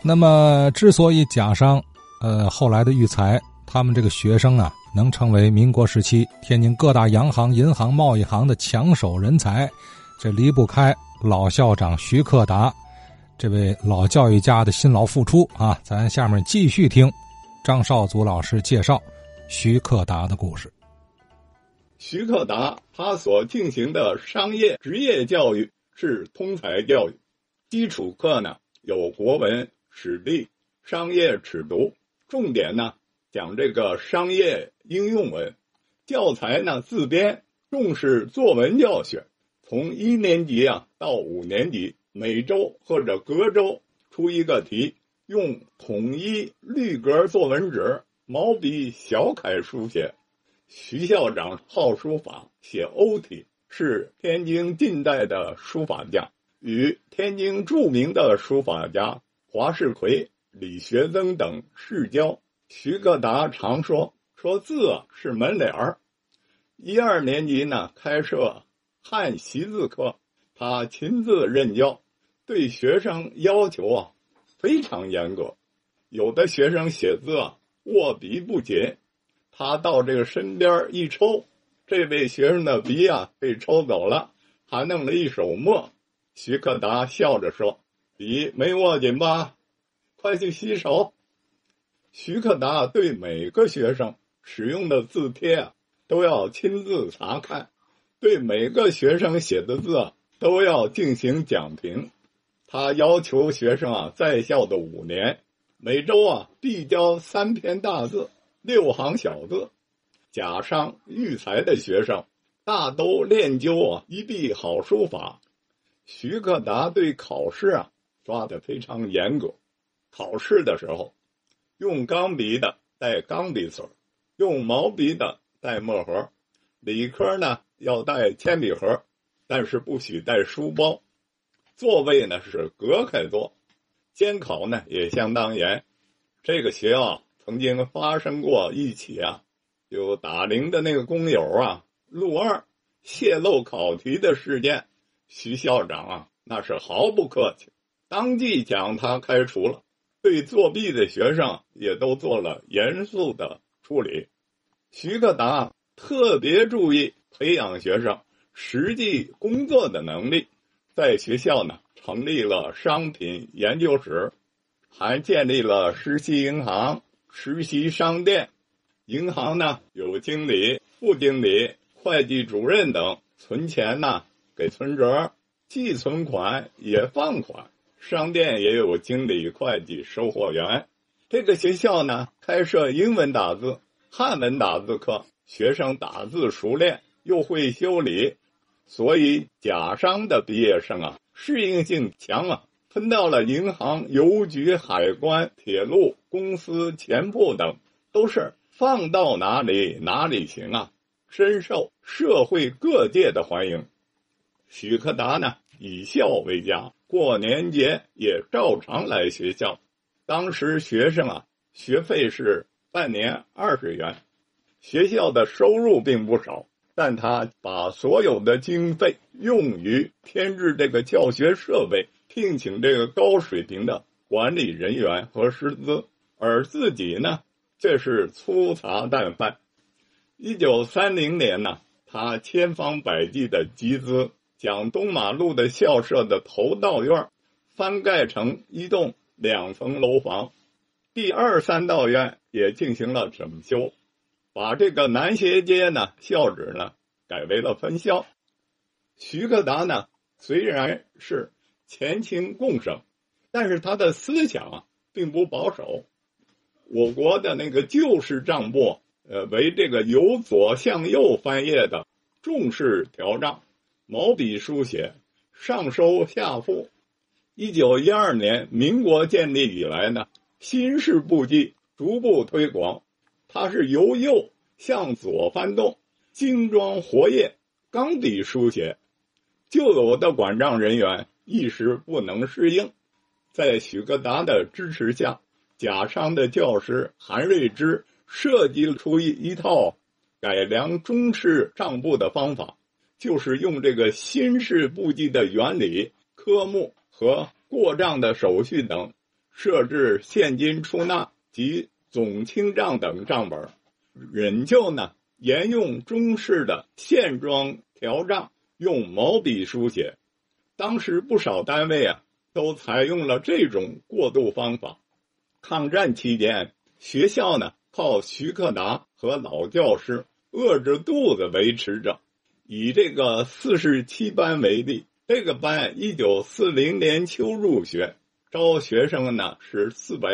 那么之所以贾商后来的育才他们这个学生啊能成为民国时期天津各大洋行、银行、贸易行的抢手人才，这离不开老校长徐克达这位老教育家的辛劳付出啊。咱下面继续听张绍祖老师介绍徐克达的故事。 徐克达他所进行的商业职业教育是通才教育，基础课呢有国文、史地、商业尺读，重点呢讲这个商业应用文，教材呢自编，重视作文教学，从1年级到5年级，每周或者隔周出一个题，用统一绿格作文纸，毛笔小楷书写。徐校长好书法，写欧体，是天津近代的书法家，与天津著名的书法家华世奎、李学增等世交。徐克达常说字是门脸儿。1、2年级呢开设汉习字课，他亲自任教，对学生要求非常严格。有的学生写字握笔不紧，他到这个身边一抽，这位学生的笔被抽走了，还弄了一手墨。徐克达笑着说：“笔没握紧吧？快去洗手。”徐克达对每个学生使用的字帖都要亲自查看，对每个学生写的字都要进行讲评。他要求学生在校的5年，每周必教3篇大字、6行小字。贾商育才的学生大都练就一臂好书法。徐克达对考试抓得非常严格，考试的时候用钢笔的带钢笔词，用毛笔的带墨盒，理科呢要带铅笔盒，但是不许带书包。座位呢是隔开坐，监考呢也相当严。这个学校曾经发生过一起有打铃的那个工友陆二泄露考题的事件。徐校长那是毫不客气，当即将他开除了，对作弊的学生也都做了严肃的处理。徐克达特别注意培养学生实际工作的能力，在学校呢成立了商品研究室，还建立了实习银行、实习商店。银行呢有经理、副经理、会计主任等，存钱呢给存折，既存款也放款。商店也有经理、会计、售货员。这个学校呢开设英文打字、汉文打字课，学生打字熟练，又会修理，所以贾商的毕业生适应性强分到了银行、邮局、海关、铁路、公司、钱铺等，都是放到哪里哪里行深受社会各界的欢迎。许克达呢以孝为家，过年节也照常来学校。当时学生学费是半年20元，学校的收入并不少，但他把所有的经费用于添置这个教学设备，聘请这个高水平的管理人员和师资，而自己呢却是粗茶淡饭。1930年他千方百计的集资，将东马路的校舍的头道院翻盖成一栋2层楼房，第2、3道院也进行了整修，把这个南斜街校址改为了分校。徐克达虽然是前清共生，但是他的思想并不保守。我国的那个旧式账簿为这个由左向右翻页的，重视条账，毛笔书写，上收下赋。1912年民国建立以来新式簿记逐步推广，它是由右向左翻动，精装活页，钢笔书写。旧有的管账人员一时不能适应，在许克达的支持下，贾商的教师韩瑞之设计出一套改良中式账簿的方法，就是用这个新式簿记的原理、科目和过账的手续等， 设置现金出纳及总清账等账本，仍旧呢沿用中式的线装条账，用毛笔书写。当时不少单位啊都采用了这种过渡方法。抗战期间，学校呢靠徐克达和老教师饿着肚子维持着。以这个47班为例，这个班1940年秋入学，招学生呢是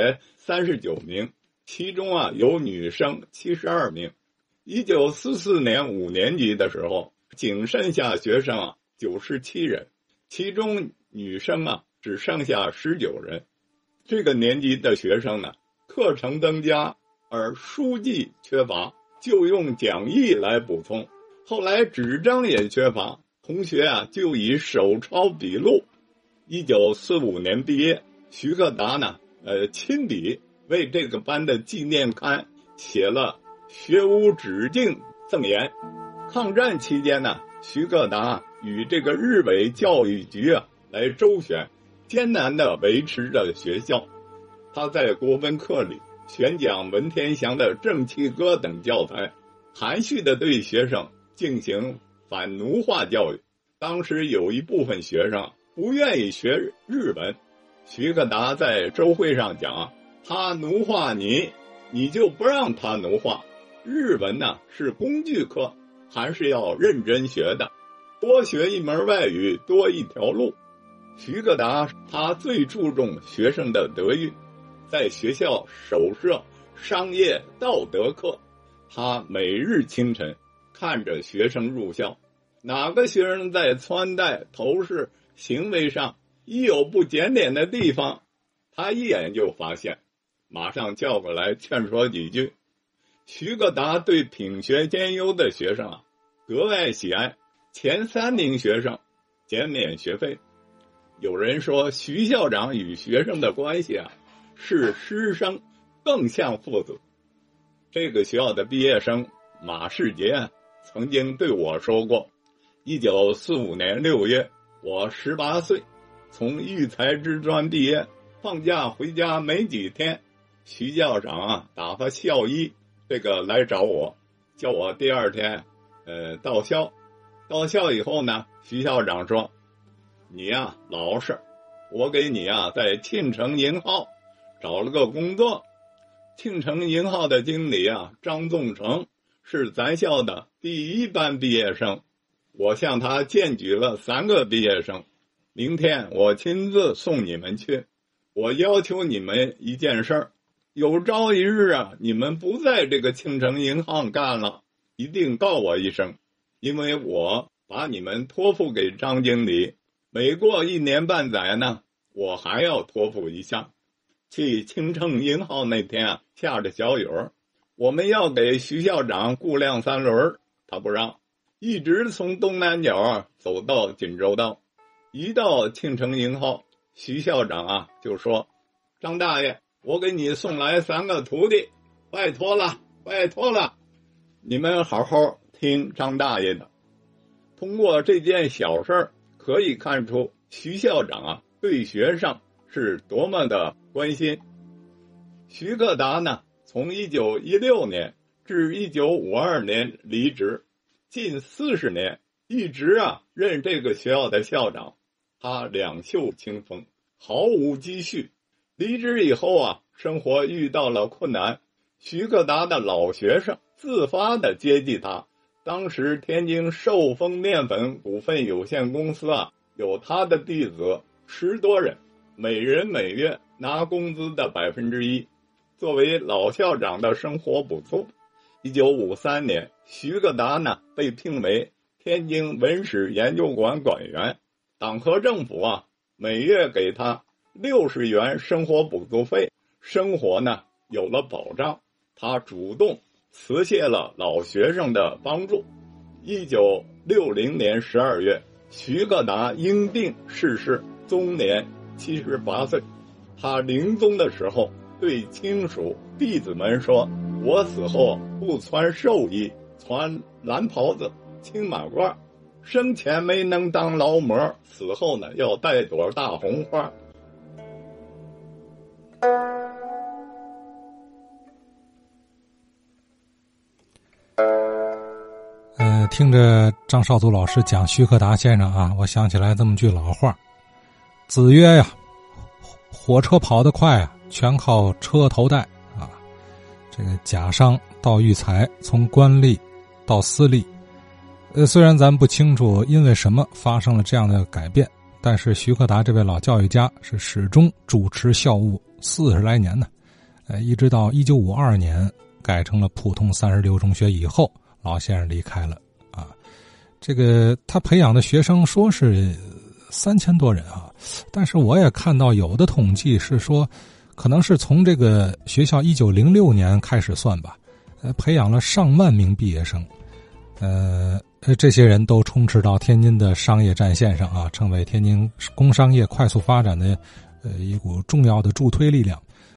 439名，其中啊有女生72名。1944年5年级的时候，仅剩下学生啊97人，其中女生啊只剩下19人。这个年级的学生呢，课程增加，而书籍缺乏，就用讲义来补充。后来纸张也缺乏，同学啊就以手抄笔录。1945年毕业，徐克达呢亲笔为这个班的纪念刊写了学无止境赠言。抗战期间呢，徐克达与这个日伪教育局啊来周旋，艰难地维持着学校。他在国文课里选讲文天祥的《正气歌》等教材，含蓄地对学生进行反奴化教育。当时有一部分学生不愿意学日文，徐克达在周会上讲，他奴化你，你就不让他奴化。日文呢是工具课，还是要认真学的，多学一门外语多一条路。徐克达他最注重学生的德育，在学校首设商业道德课。他每日清晨看着学生入校，哪个学生在穿戴头饰行为上一有不检点的地方，他一眼就发现，马上叫过来劝说几句。徐克达对品学兼优的学生格外喜爱，前3名学生减免学费。有人说徐校长与学生的关系是师生，更像父子。这个学校的毕业生马世杰曾经对我说过，1945年6月，我18岁，从育才之专毕业，放假回家没几天，徐校长打发校医来找我，叫我第2天到校。到校以后呢，徐校长说，你老实，我给你在庆城银号找了个工作。庆城银号的经理张仲成是咱校的第1班毕业生，我向他荐举了3个毕业生，明天我亲自送你们去。我要求你们一件事，有朝一日你们不在这个庆城银行干了，一定告我一声，因为我把你们托付给张经理，每过1年半载呢，我还要托付一下。去庆城银号那天下着小雨，我们要给徐校长雇辆3轮，他不让，一直从东南角走到锦州道。一到庆城银号，徐校长就说，张大爷，我给你送来3个徒弟，拜托了，拜托了，你们好好听张大爷的。通过这件小事可以看出徐校长对学生是多么的关心。徐克达呢，从1916年至1952年离职，近40年一直任这个学校的校长。他两袖清风，毫无积蓄。离职以后生活遇到了困难，徐克达的老学生自发的接济他。当时天津寿丰面粉股份有限公司有他的弟子10多人，每人每月拿工资的1%，作为老校长的生活补助。1953年，徐克达呢被聘为天津文史研究馆馆员，党和政府每月给他60元生活补助费，生活呢有了保障。他主动辞谢了老学生的帮助。1960年12月，徐克达因病逝世，终年78岁。他临终的时候对亲属弟子们说，我死后不穿寿衣，穿蓝袍子青马褂，生前没能当劳模，死后呢要带朵大红花。 听着张绍祖老师讲徐克达先生啊，我想起来这么句老话：子曰呀，火车跑得快啊，全靠车头带啊。这个贾商到育才，从官吏到私吏，虽然咱不清楚因为什么发生了这样的改变，但是徐克达这位老教育家是始终主持校务40来年呢，一直到1952年改成了普通36中学以后，老先生离开了啊。这个他培养的学生说是3000多人啊，但是我也看到有的统计是说，可能是从这个学校1906年开始算吧，培养了上万名毕业生，这些人都充斥到天津的商业战线上啊，成为天津工商业快速发展的一股重要的助推力量。